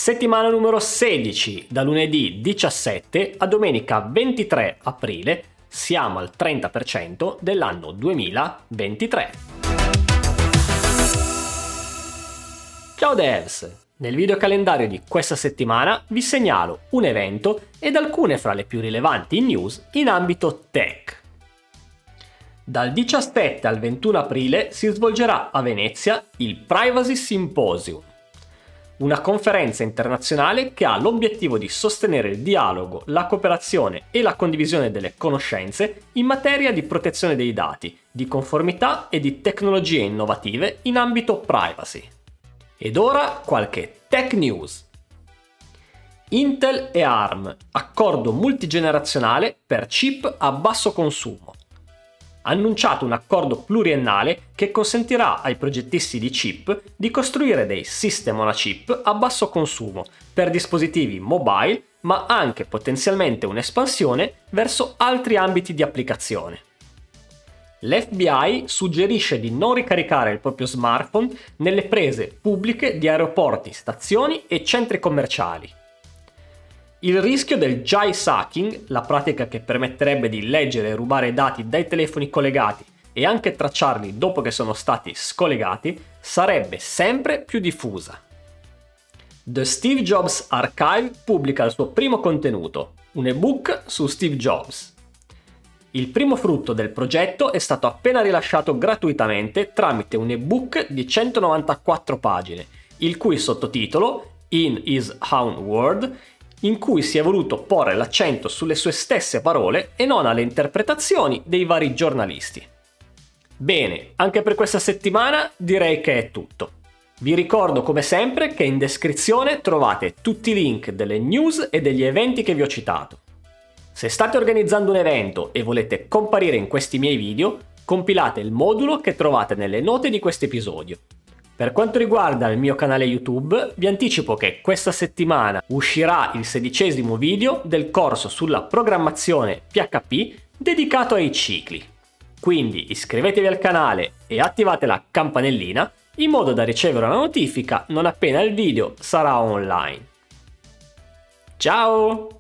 Settimana numero 16, da lunedì 17 a domenica 23 aprile, siamo al 30% dell'anno 2023. Ciao devs! Nel video calendario di questa settimana vi segnalo un evento ed alcune fra le più rilevanti news in ambito tech. Dal 17 al 21 aprile si svolgerà a Venezia il Privacy Symposium, una conferenza internazionale che ha l'obiettivo di sostenere il dialogo, la cooperazione e la condivisione delle conoscenze in materia di protezione dei dati, di conformità e di tecnologie innovative in ambito privacy. Ed ora qualche tech news. Intel e ARM, accordo multigenerazionale per chip a basso consumo. Annunciato un accordo pluriennale che consentirà ai progettisti di chip di costruire dei system on a chip a basso consumo per dispositivi mobile, ma anche potenzialmente un'espansione verso altri ambiti di applicazione. L'FBI suggerisce di non ricaricare il proprio smartphone nelle prese pubbliche di aeroporti, stazioni e centri commerciali. Il rischio del J-Sucking, la pratica che permetterebbe di leggere e rubare dati dai telefoni collegati e anche tracciarli dopo che sono stati scollegati, sarebbe sempre più diffusa. The Steve Jobs Archive pubblica il suo primo contenuto, un ebook su Steve Jobs. Il primo frutto del progetto è stato appena rilasciato gratuitamente tramite un ebook di 194 pagine, il cui sottotitolo, In His Own Word, in cui si è voluto porre l'accento sulle sue stesse parole e non alle interpretazioni dei vari giornalisti. Bene, anche per questa settimana direi che è tutto. Vi ricordo come sempre che in descrizione trovate tutti i link delle news e degli eventi che vi ho citato. Se state organizzando un evento e volete comparire in questi miei video, compilate il modulo che trovate nelle note di questo episodio. Per quanto riguarda il mio canale YouTube, vi anticipo che questa settimana uscirà il 16° video del corso sulla programmazione PHP dedicato ai cicli. Quindi iscrivetevi al canale e attivate la campanellina in modo da ricevere una notifica non appena il video sarà online. Ciao!